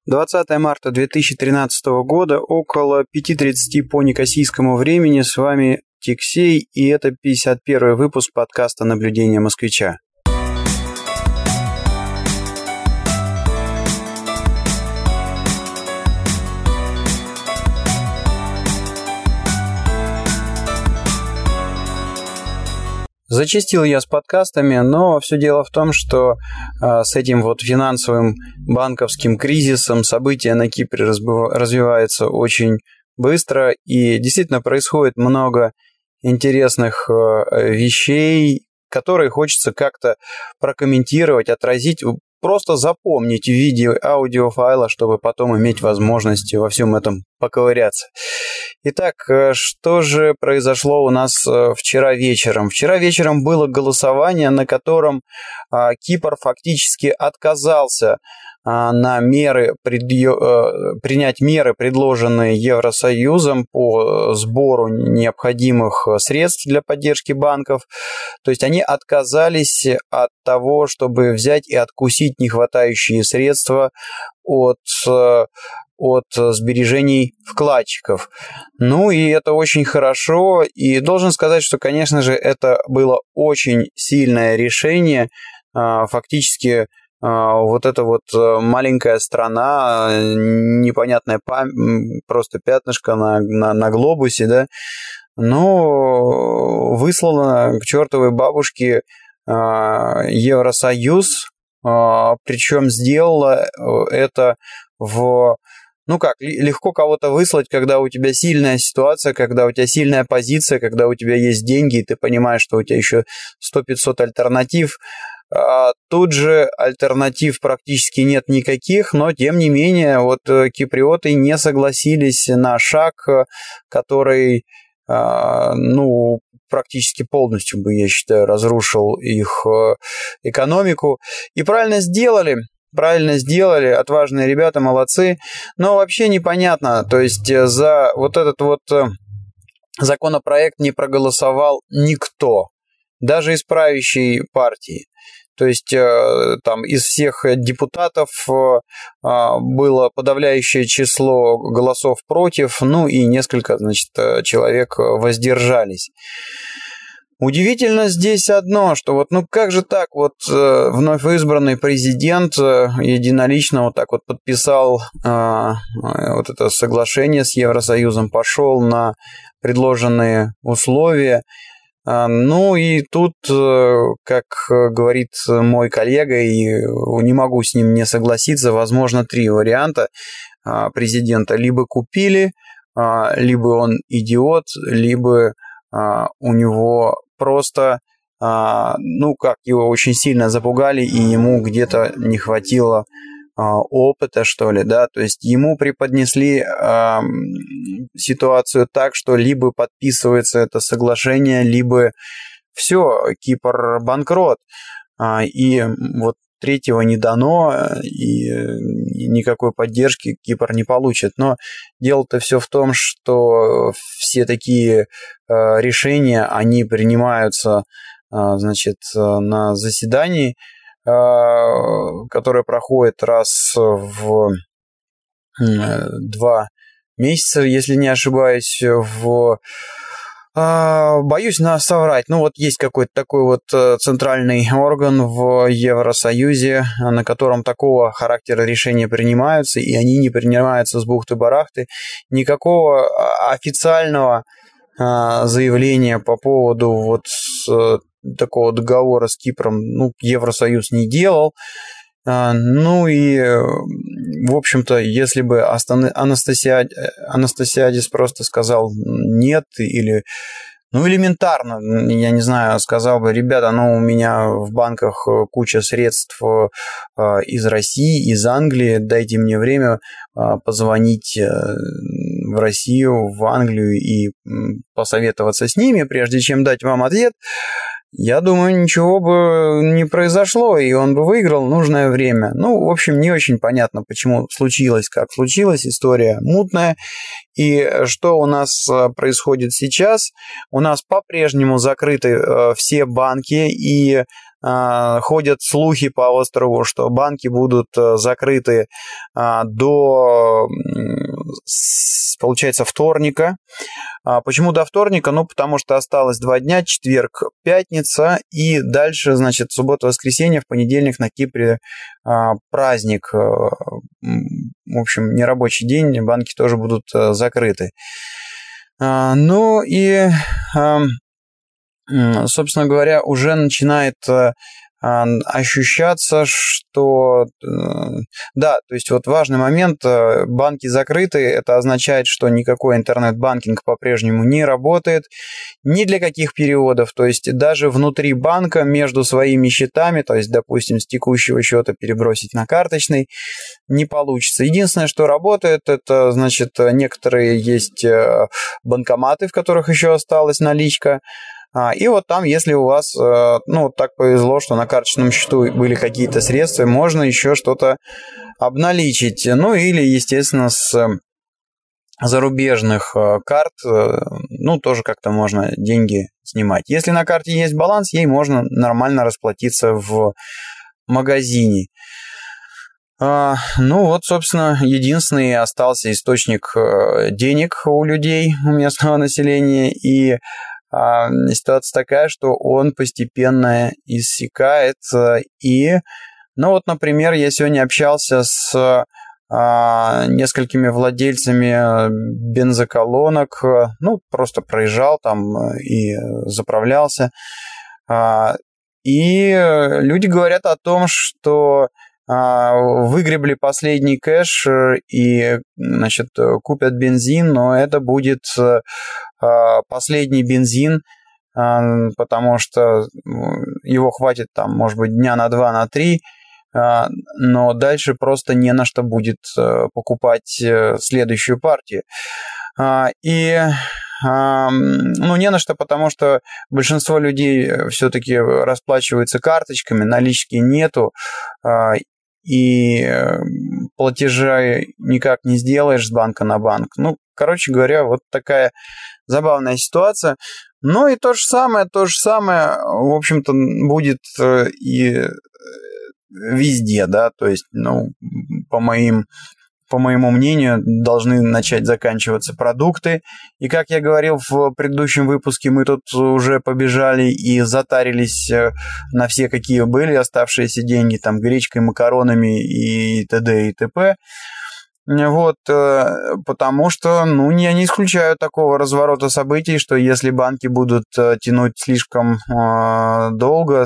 20 марта 2013 года, около 5:30 по некосийскому времени. С вами Тиксей, и это 51-й выпуск подкаста «Наблюдение москвича». Зачастил я с подкастами, но все дело в том, что с этим вот финансовым банковским кризисом события на Кипре развиваются очень быстро, и действительно происходит много интересных вещей, которые хочется как-то прокомментировать, отразить, просто запомнить в виде аудиофайла, чтобы потом иметь возможность во всем этом поковыряться. Итак, что же произошло у нас вчера вечером? Вчера вечером было голосование, на котором Кипр фактически отказался принять меры, предложенные Евросоюзом по сбору необходимых средств для поддержки банков. То есть они отказались от того, чтобы взять и откусить нехватающие средства от сбережений вкладчиков. Ну и это очень хорошо, и должен сказать, что, конечно же, это было очень сильное решение. Фактически вот эта вот маленькая страна, непонятная просто пятнышко на глобусе, да, но выслала к чертовой бабушке Евросоюз, причем сделала это легко кого-то выслать, когда у тебя сильная ситуация, когда у тебя сильная позиция, когда у тебя есть деньги, и ты понимаешь, что у тебя еще 100-500 альтернатив. Тут же альтернатив практически нет никаких, но тем не менее вот киприоты не согласились на шаг, который практически полностью бы, я считаю, разрушил их экономику. И правильно сделали, отважные ребята, молодцы, но вообще непонятно, то есть за вот этот вот законопроект не проголосовал никто, даже из правящей партии. То есть там из всех депутатов было подавляющее число голосов против, и несколько, человек воздержались. Удивительно здесь одно, что как же так, вновь избранный президент единолично вот так вот подписал вот это соглашение с Евросоюзом, пошел на предложенные условия. И тут, как говорит мой коллега, и не могу с ним не согласиться, возможно, три варианта президента. Либо купили, либо он идиот, либо у него просто, его очень сильно запугали, и ему где-то не хватило опыта, что ли, да, то есть ему преподнесли ситуацию так, что либо подписывается это соглашение, либо все, Кипр банкрот, и вот третьего не дано, и никакой поддержки Кипр не получит. Но дело-то все в том, что все такие решения, они принимаются, на заседании, которое проходит раз в 2 месяца, если не ошибаюсь, боюсь соврать. Есть какой-то такой центральный орган в Евросоюзе, на котором такого характера решения принимаются, и они не принимаются с бухты-барахты. Никакого официального заявления по поводу такого договора с Кипром, Евросоюз не делал. В общем-то, если бы Анастасиадис просто сказал нет, или, элементарно, я не знаю, сказал бы: ребята, у меня в банках куча средств из России, из Англии, дайте мне время позвонить в Россию, в Англию и посоветоваться с ними, прежде чем дать вам ответ. Я думаю, ничего бы не произошло, и он бы выиграл нужное время. В общем, не очень понятно, почему случилось, как случилось. История мутная. И что у нас происходит сейчас? У нас по-прежнему закрыты все банки, и ходят слухи по острову, что банки будут закрыты до, получается, вторника. Почему до вторника? Ну, потому что осталось 2 дня, четверг, пятница, и дальше, значит, суббота, воскресенье, в понедельник на Кипре праздник. В общем, нерабочий день, банки тоже будут закрыты. Ну и, собственно говоря, уже начинает ощущаться, что... Да, то есть вот важный момент, банки закрыты, это означает, что никакой интернет-банкинг по-прежнему не работает, ни для каких переводов, то есть даже внутри банка между своими счетами, то есть, допустим, с текущего счета перебросить на карточный, не получится. Единственное, что работает, это, значит, некоторые есть банкоматы, в которых еще осталась наличка. И вот там, если у вас, ну, так повезло, что на карточном счету были какие-то средства, можно еще что-то обналичить. Ну, или, естественно, с зарубежных карт, ну, тоже как-то можно деньги снимать. Если на карте есть баланс, ей можно нормально расплатиться в магазине. Ну, вот, собственно, единственный остался источник денег у людей, у местного населения, и ситуация такая, что он постепенно иссякает. И, ну вот, например, я сегодня общался с несколькими владельцами бензоколонок, ну, просто проезжал там и заправлялся. И люди говорят о том, что выгребли последний кэш и, значит, купят бензин, но это будет последний бензин, потому что его хватит там, может быть, дня на 2, на 3, но дальше просто не на что будет покупать следующую партию. И ну, не на что, потому что большинство людей все-таки расплачиваются карточками, налички нету, и платежа никак не сделаешь с банка на банк. Ну, короче говоря, вот такая забавная ситуация. Ну и то же самое, в общем-то, будет и везде, да, то есть, ну, по моему мнению, должны начать заканчиваться продукты. И, как я говорил в предыдущем выпуске, мы тут уже побежали и затарились на все, какие были оставшиеся деньги, там, гречкой, макаронами и т.д. и т.п. Вот, потому что, ну, я не исключаю такого разворота событий, что если банки будут тянуть слишком долго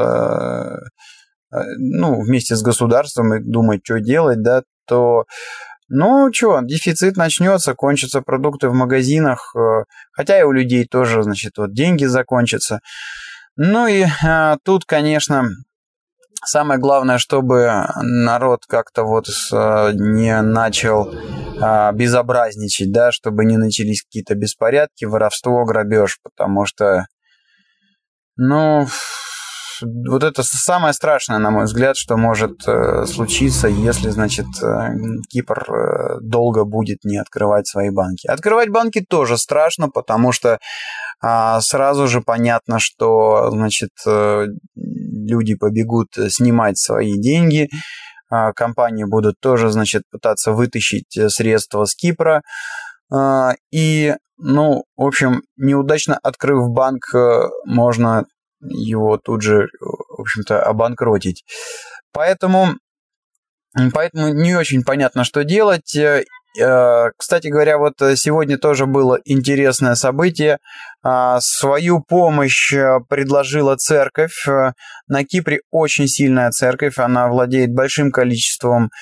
ну, вместе с государством и думать, что делать, да, то, ну, что, дефицит начнется, кончатся продукты в магазинах, хотя и у людей тоже, значит, вот деньги закончатся. Ну и тут, конечно, самое главное, чтобы народ как-то вот не начал безобразничать, да, чтобы не начались какие-то беспорядки, воровство, грабеж, потому что, ну... Вот это самое страшное, на мой взгляд, что может случиться, если, значит, Кипр долго будет не открывать свои банки. Открывать банки тоже страшно, потому что сразу же понятно, что, значит, люди побегут снимать свои деньги, компании будут тоже, значит, пытаться вытащить средства с Кипра. И, ну, в общем, неудачно открыв банк, можно его тут же, в общем-то, обанкротить. Поэтому не очень понятно, что делать. Кстати говоря, вот сегодня тоже было интересное событие. Свою помощь предложила церковь. На Кипре очень сильная церковь. Она владеет большим количеством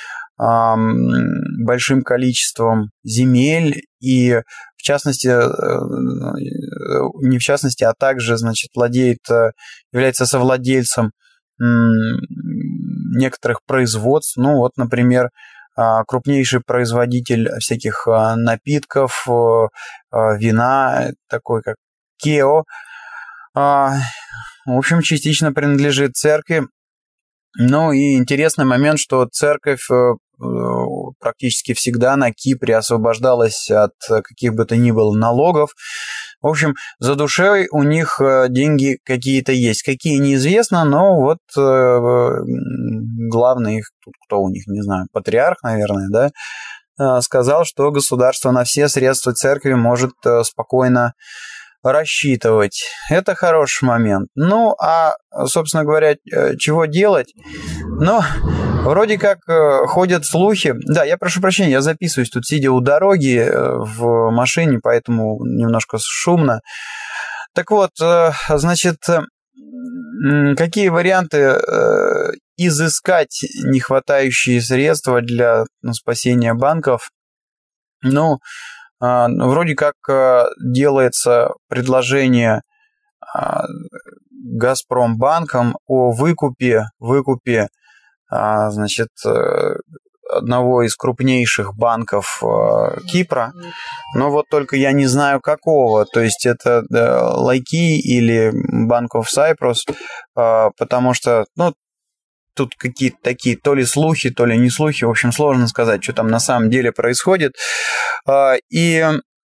земель и, в частности, не в частности, а также, значит, является совладельцем некоторых производств. Ну, вот, например, крупнейший производитель всяких напитков, вина, такой как Кео, в общем, частично принадлежит церкви. Ну и интересный момент, что церковь практически всегда на Кипре освобождалась от каких бы то ни было налогов. В общем, за душой у них деньги какие-то есть. Какие неизвестно, но вот главный их, кто у них, не знаю, патриарх, наверное, да, сказал, что государство на все средства церкви может спокойно рассчитывать. Это хороший момент. Ну, а, собственно говоря, чего делать? Ну, вроде как ходят слухи. Да, я прошу прощения, я записываюсь тут, сидя у дороги в машине, поэтому немножко шумно. Так вот, значит, какие варианты изыскать нехватающие средства для спасения банков? Ну, вроде как делается предложение Газпромбанком о выкупе, значит, одного из крупнейших банков Кипра, но вот только я не знаю какого, то есть это Laiki или Bank of Cyprus, потому что, ну, тут какие-то такие то ли слухи, то ли не слухи, в общем, сложно сказать, что там на самом деле происходит. И,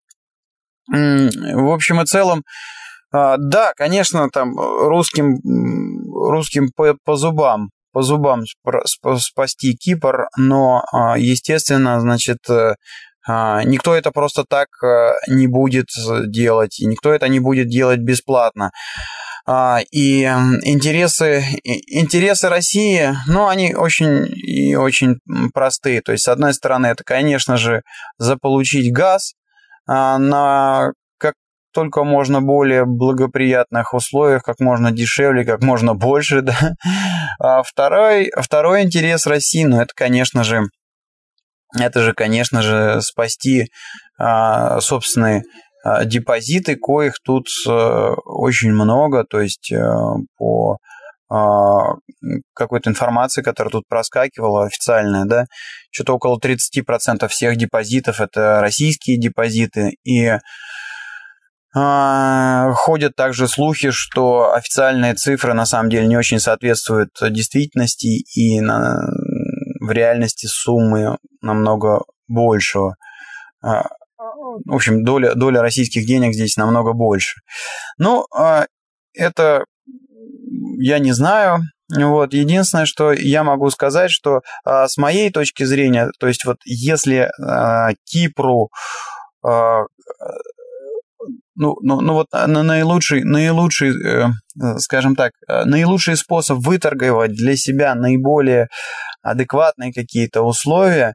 в общем и целом, да, конечно, там русским по зубам спасти Кипр, но, естественно, значит, никто это просто так не будет делать, и никто это не будет делать бесплатно. И интересы России, ну, они очень простые. То есть, с одной стороны, это, конечно же, заполучить газ на как только можно более благоприятных условиях, как можно дешевле, как можно больше, да. А второй интерес России, ну, это, конечно же, спасти собственные депозиты, коих тут очень много, то есть по какой-то информации, которая тут проскакивала, официальная, да, что-то около 30% всех депозитов это российские депозиты, и ходят также слухи, что официальные цифры на самом деле не очень соответствуют действительности, и в реальности суммы намного большего. В общем, доля российских денег здесь намного больше. Ну, это я не знаю. Вот. Единственное, что я могу сказать, что с моей точки зрения, то есть вот если Кипру вот наилучший, скажем так, наилучший способ выторговать для себя наиболее адекватные какие-то условия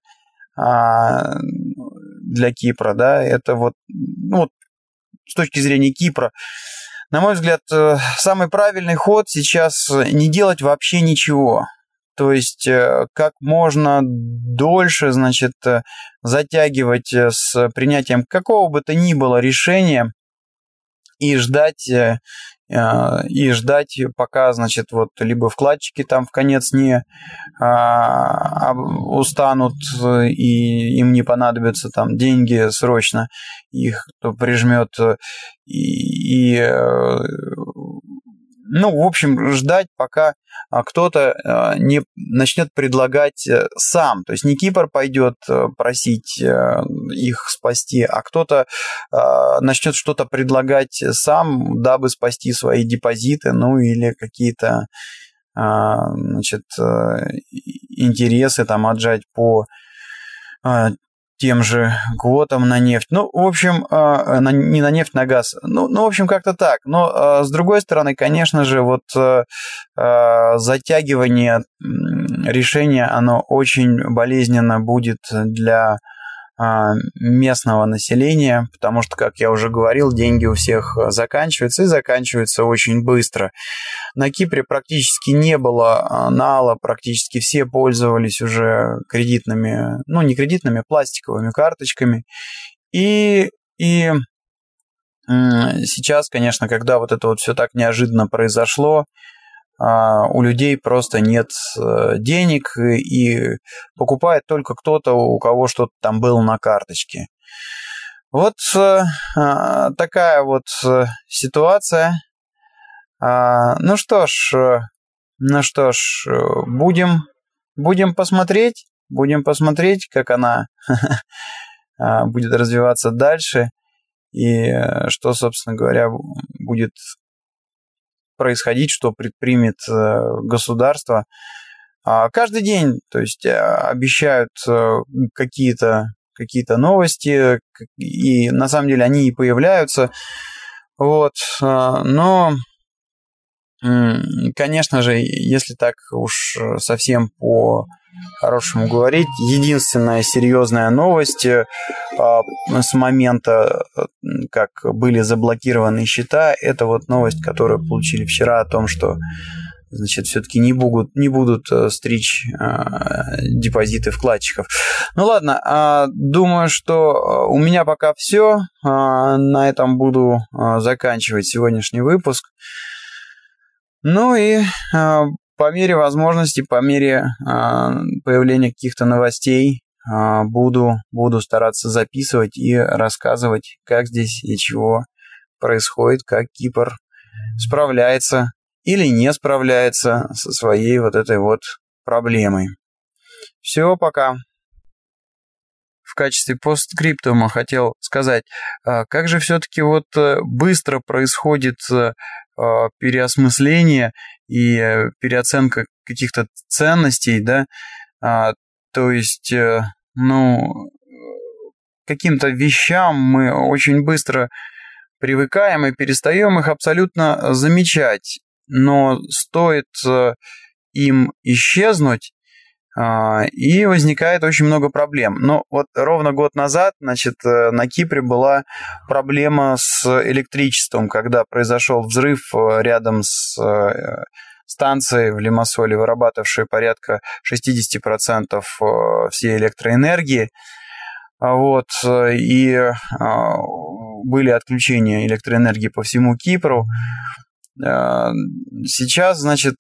для Кипра, да, это вот, ну, с точки зрения Кипра, на мой взгляд, самый правильный ход сейчас не делать вообще ничего. То есть как можно дольше, значит, затягивать с принятием какого бы то ни было решения и ждать, пока, значит, вот либо вкладчики там в конец не устанут и им не понадобятся там деньги срочно, их кто прижмет, ну, в общем, ждать, пока кто-то не начнет предлагать сам. То есть не Кипр пойдет просить их спасти, а кто-то начнет что-то предлагать сам, дабы спасти свои депозиты, ну или какие-то, значит, интересы там отжать по тем же квотам на нефть. Ну, в общем, не на нефть, на газ. Ну, в общем, как-то так. Но, с другой стороны, конечно же, вот затягивание решения, оно очень болезненно будет для местного населения, потому что, как я уже говорил, деньги у всех заканчиваются и заканчиваются очень быстро. На Кипре практически не было нала, практически все пользовались уже кредитными, ну не кредитными, а пластиковыми карточками. И сейчас, конечно, когда вот это вот все так неожиданно произошло, у людей просто нет денег, и покупает только кто-то, у кого что-то там было на карточке. Вот такая вот ситуация. Ну что ж, будем посмотреть, как она будет развиваться дальше. и что, собственно говоря, будет происходить, что предпримет государство. Каждый день, то есть обещают какие-то новости, и на самом деле они и появляются. Вот, но, конечно же, если так уж совсем по-хорошему говорить, единственная серьезная новость с момента, как были заблокированы счета, это вот новость, которую получили вчера о том, что, значит, все-таки не будут стричь депозиты вкладчиков. Ну ладно, думаю, что у меня пока все. На этом буду заканчивать сегодняшний выпуск. Ну и по мере возможности, по мере появления каких-то новостей буду стараться записывать и рассказывать, как здесь и чего происходит, как Кипр справляется или не справляется со своей вот этой вот проблемой. Все, пока. В качестве постскриптума хотел сказать, как же все-таки вот быстро происходит переосмысление и переоценка каких-то ценностей, да, то есть, каким-то вещам мы очень быстро привыкаем и перестаем их абсолютно замечать. Но стоит им исчезнуть, и возникает очень много проблем. Но вот ровно год назад, значит, на Кипре была проблема с электричеством, когда произошел взрыв рядом с станцией в Лимассоле, вырабатывавшей порядка 60% всей электроэнергии. Вот, и были отключения электроэнергии по всему Кипру. Сейчас, значит,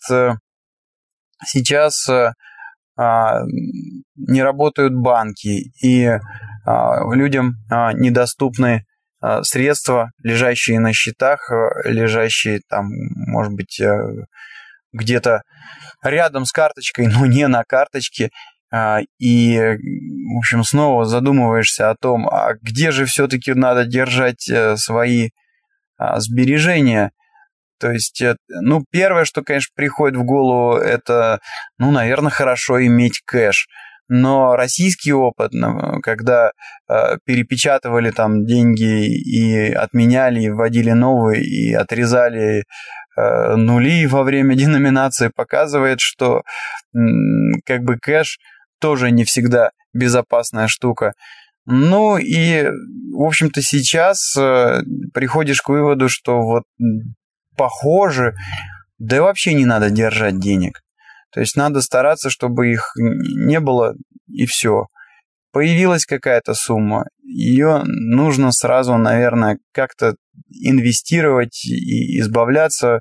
не работают банки, и людям недоступны средства, лежащие на счетах, лежащие там, может быть, где-то рядом с карточкой, но не на карточке. И, в общем, снова задумываешься о том, а где же все-таки надо держать свои сбережения. То есть, первое, что, конечно, приходит в голову, это, наверное, хорошо иметь кэш. Но российский опыт, когда перепечатывали там деньги и отменяли, и вводили новые, и отрезали нули во время деноминации, показывает, что как бы кэш тоже не всегда безопасная штука. Ну и, в общем-то, сейчас приходишь к выводу, что вот похоже, да и вообще не надо держать денег. То есть надо стараться, чтобы их не было, и все. Появилась какая-то сумма, ее нужно сразу, наверное, как-то инвестировать и избавляться,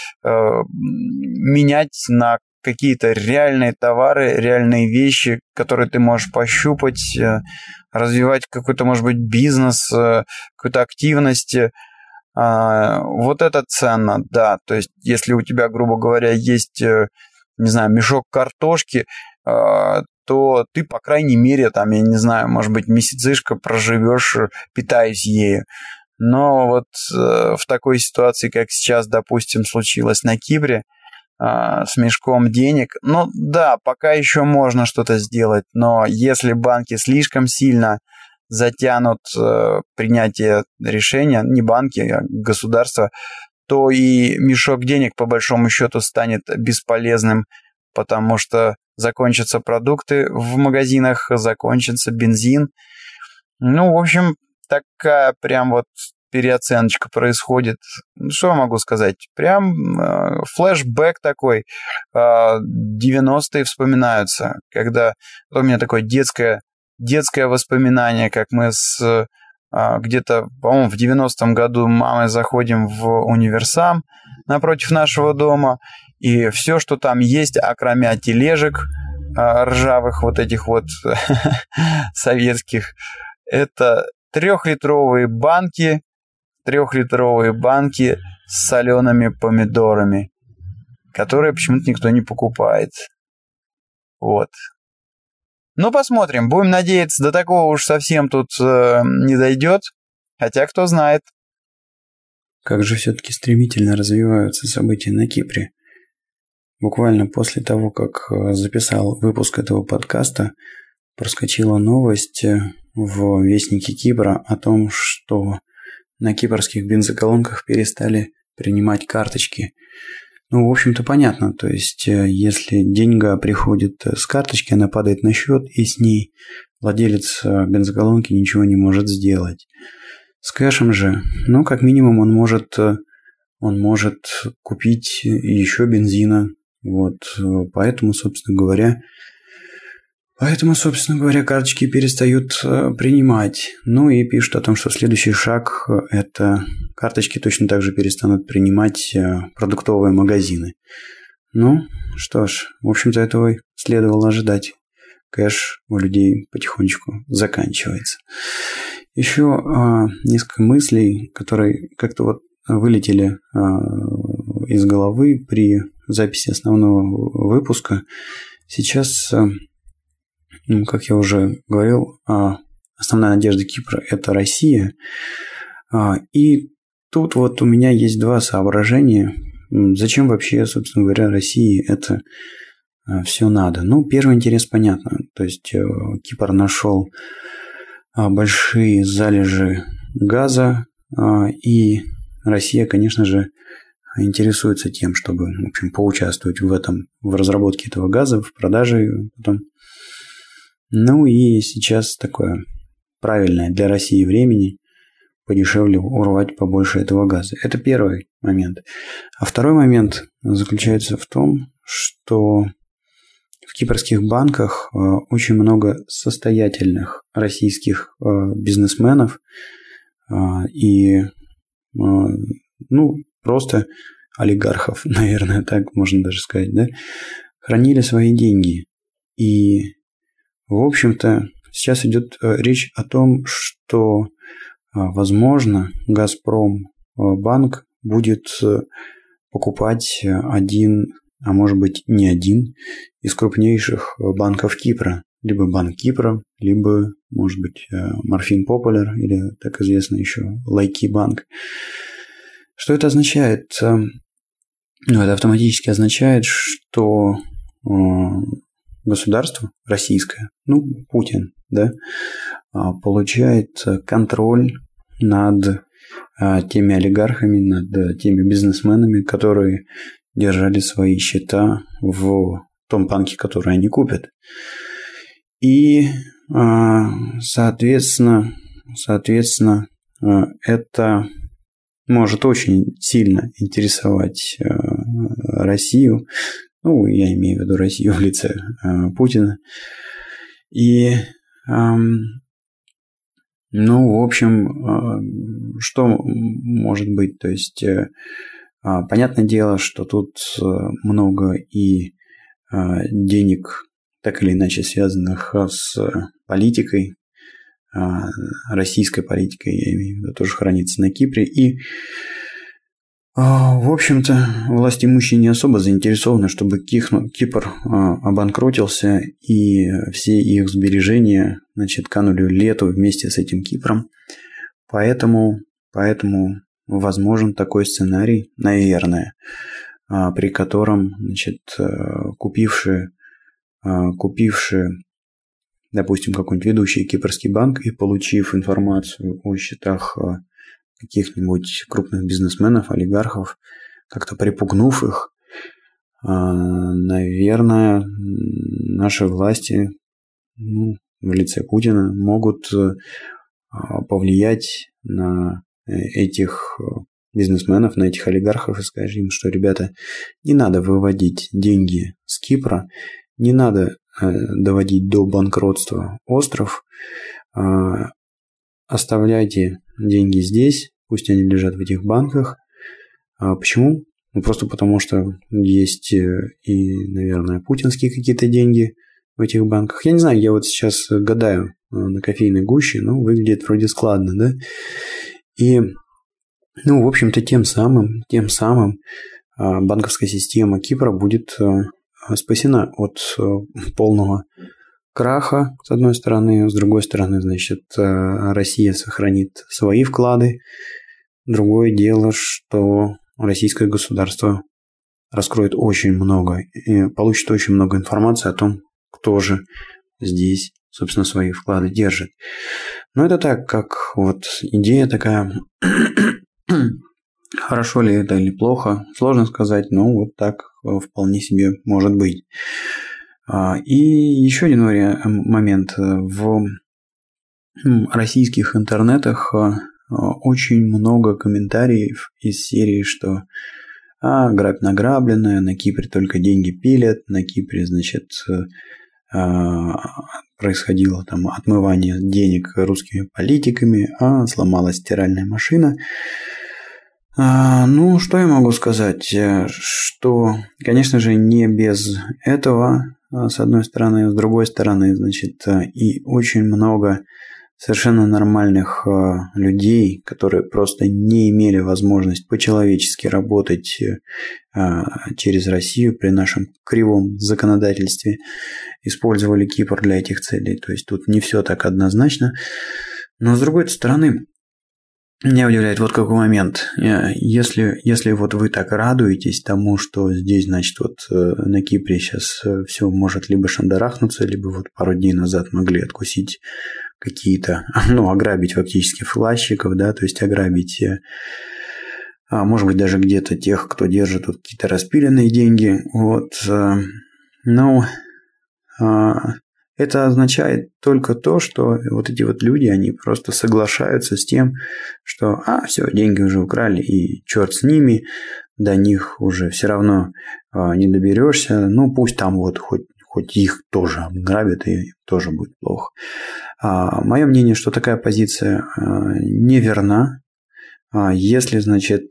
менять на какие-то реальные товары, реальные вещи, которые ты можешь пощупать, развивать какой-то, может быть, бизнес, какую-то активность. Вот это ценно, да. То есть, если у тебя, грубо говоря, есть, не знаю, мешок картошки, то ты, по крайней мере, там, я не знаю, может быть, месяцишко проживешь, питаясь ею. Но вот в такой ситуации, как сейчас, допустим, случилось на Кипре, с мешком денег, да, пока еще можно что-то сделать, но если банки слишком сильно затянут принятие решения, не банки, а государство, то и мешок денег, по большому счету, станет бесполезным, потому что закончатся продукты в магазинах, закончится бензин. В общем, такая прям вот переоценочка происходит. Что я могу сказать? Прям флешбэк такой. 90-е вспоминаются, когда у меня такое детское воспоминание, как мы где-то, по-моему, в 90-м году мамой заходим в Универсам напротив нашего дома, и все, что там есть, окромя тележек ржавых вот этих вот советских, это трехлитровые банки с солеными помидорами, которые почему-то никто не покупает. Вот. Посмотрим. Будем надеяться, до такого уж совсем тут не дойдет. Хотя, кто знает. Как же все-таки стремительно развиваются события на Кипре. Буквально после того, как записал выпуск этого подкаста, проскочила новость в Вестнике Кипра о том, что на кипрских бензоколонках перестали принимать карточки. Ну, в общем-то, понятно. То есть, если деньга приходит с карточки, она падает на счет, и с ней владелец бензоколонки ничего не может сделать. С кэшем же, ну, как минимум, он может купить еще бензина. Вот, поэтому, собственно говоря, карточки перестают принимать. Ну и пишут о том, что следующий шаг – это карточки точно так же перестанут принимать продуктовые магазины. Ну, что ж, в общем-то, этого следовало ожидать. Кэш у людей потихонечку заканчивается. Еще несколько мыслей, которые как-то вот вылетели из головы при записи основного выпуска. Сейчас, как я уже говорил, основная надежда Кипра – это Россия. И тут вот у меня есть два соображения. Зачем вообще, собственно говоря, России это все надо? Ну, первый интерес понятно. То есть Кипр нашел большие залежи газа, и Россия, конечно же, интересуется тем, чтобы, в общем, поучаствовать в разработке этого газа, в продаже его потом. Ну и сейчас такое правильное для России времени подешевле урвать побольше этого газа. Это первый момент. А второй момент заключается в том, что в кипрских банках очень много состоятельных российских бизнесменов и, ну, просто олигархов, наверное, так можно даже сказать, да, хранили свои деньги. И, в общем-то, сейчас идет речь о том, что, возможно, Газпромбанк будет покупать один, а может быть не один из крупнейших банков Кипра. Либо Банк Кипра, либо, может быть, Марфин Популяр, или так известно еще Лайки Банк. Что это означает? Это автоматически означает, что государство российское, ну, Путин, да, получает контроль над теми олигархами, над теми бизнесменами, которые держали свои счета в том банке, который они купят. И, соответственно, это может очень сильно интересовать Россию. Ну, я имею в виду Россию в лице Путина. И, ну, в общем, что может быть? То есть, понятное дело, что тут много и денег, так или иначе связанных с политикой, российской политикой, я имею в виду, тоже хранится на Кипре. И, в общем-то, власть имущие не особо заинтересованы, чтобы Кипр обанкротился, и все их сбережения, значит, канули в лету вместе с этим Кипром. Поэтому возможен такой сценарий, наверное, при котором, значит, купившие, допустим, какой-нибудь ведущий кипрский банк и получив информацию о счетах каких-нибудь крупных бизнесменов, олигархов, как-то припугнув их, наверное, наши власти, ну, в лице Путина могут повлиять на этих бизнесменов, на этих олигархов и сказать им, что, ребята, не надо выводить деньги с Кипра, не надо доводить до банкротства остров, оставляйте деньги здесь, пусть они лежат в этих банках. Почему? Ну, просто потому, что есть и, наверное, путинские какие-то деньги в этих банках. Я не знаю, я вот сейчас гадаю на кофейной гуще, но выглядит вроде складно, да? И, ну, в общем-то, тем самым банковская система Кипра будет спасена от полного краха, с одной стороны, с другой стороны, значит, Россия сохранит свои вклады. Другое дело, что российское государство раскроет очень много и получит очень много информации о том, кто же здесь, собственно, свои вклады держит. Но это так, как вот идея такая. Хорошо ли это или плохо, сложно сказать, но вот так вполне себе может быть. И еще один момент. В российских интернетах очень много комментариев из серии, что грабь награбленное, на Кипре только деньги пилят, на Кипре, значит, происходило там отмывание денег русскими политиками, сломалась стиральная машина. Ну, что я могу сказать? Что, конечно же, не без этого, с одной стороны, с другой стороны, значит, и очень много совершенно нормальных людей, которые просто не имели возможность по-человечески работать через Россию при нашем кривом законодательстве, использовали Кипр для этих целей. То есть тут не все так однозначно. Но с другой стороны, меня удивляет вот какой момент. Если вот вы так радуетесь тому, что здесь, значит, вот на Кипре сейчас все может либо шандарахнуться, либо вот пару дней назад могли откусить какие-то, ограбить фактически флайщиков, да, то есть ограбить, может быть, даже где-то тех, кто держит вот какие-то распиленные деньги, вот, это означает только то, что вот эти вот люди, они просто соглашаются с тем, что, все, деньги уже украли, и черт с ними, до них уже все равно не доберешься, пусть там вот хоть их тоже обграбят, и тоже будет плохо. Мое мнение, что такая позиция неверна. Если, значит,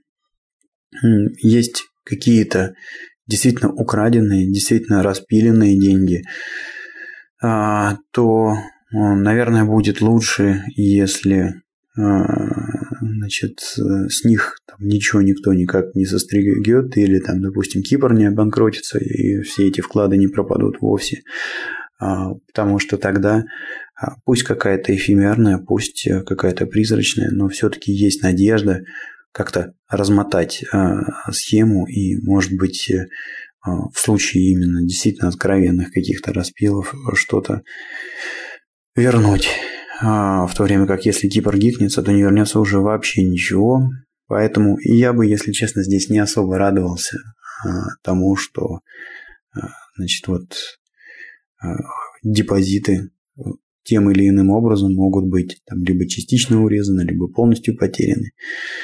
есть какие-то действительно украденные, действительно распиленные деньги, то, наверное, будет лучше, если, значит, с них там ничего никто никак не состригет, или там, допустим, Кипр не обанкротится, и все эти вклады не пропадут вовсе. Потому что тогда пусть какая-то эфемерная, пусть какая-то призрачная, но все-таки есть надежда как-то размотать схему и, может быть, в случае именно действительно откровенных каких-то распилов что-то вернуть. В то время как если Кипр гикнется, то не вернется уже вообще ничего. Поэтому я бы, если честно, здесь не особо радовался тому, что, значит, вот депозиты тем или иным образом могут быть там либо частично урезаны, либо полностью потеряны.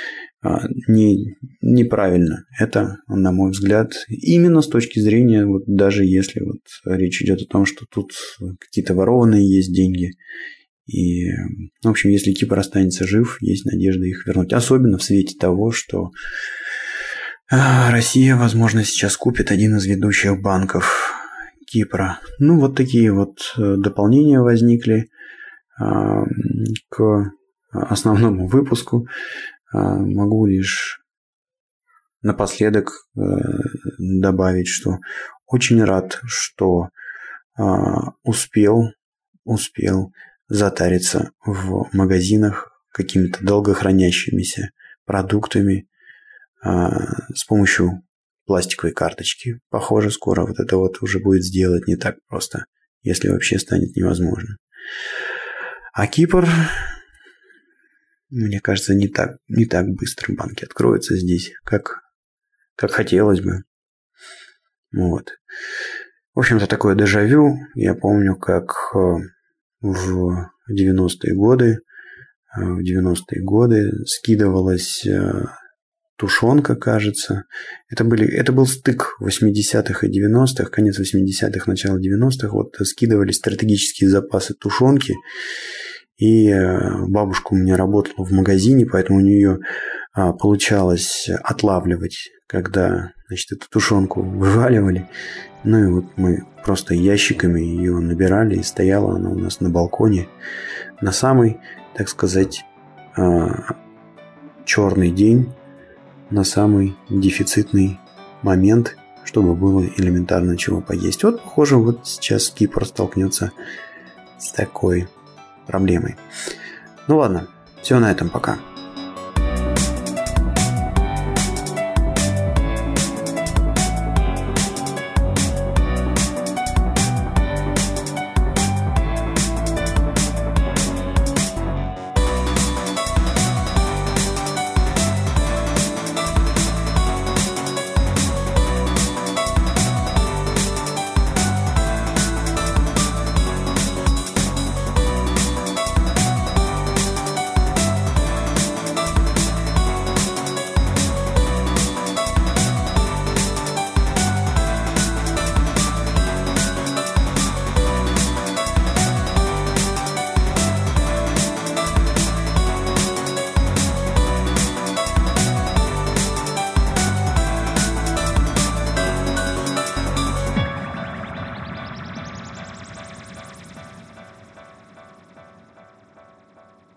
Неправильно. Это, на мой взгляд, именно с точки зрения, вот даже если вот речь идет о том, что тут какие-то ворованные есть деньги. И, в общем, если Кипр останется жив, есть надежда их вернуть. Особенно в свете того, что Россия, возможно, сейчас купит один из ведущих банков Кипра. Вот такие вот дополнения возникли к основному выпуску. Могу лишь напоследок добавить, что очень рад, что успел затариться в магазинах какими-то долгохранящимися продуктами с помощью пластиковой карточки. Похоже, скоро вот это вот уже будет сделать не так просто, если вообще станет невозможно. А Кипр, мне кажется, не так быстро банки откроются здесь, как хотелось бы. Вот. В общем-то, такое дежавю. Я помню, как в 90-е годы скидывалась тушенка, кажется. Это был стык 80-х и 90-х, конец 80-х, начало 90-х. Вот скидывались стратегические запасы тушенки. И бабушка у меня работала в магазине, поэтому у нее получалось отлавливать, когда, значит, эту тушенку вываливали. И вот мы просто ящиками ее набирали, и стояла она у нас на балконе на самый, так сказать, черный день, на самый дефицитный момент, чтобы было элементарно чего поесть. Вот, похоже, вот сейчас Кипр столкнется с такой проблемой. Ну ладно, все на этом, пока.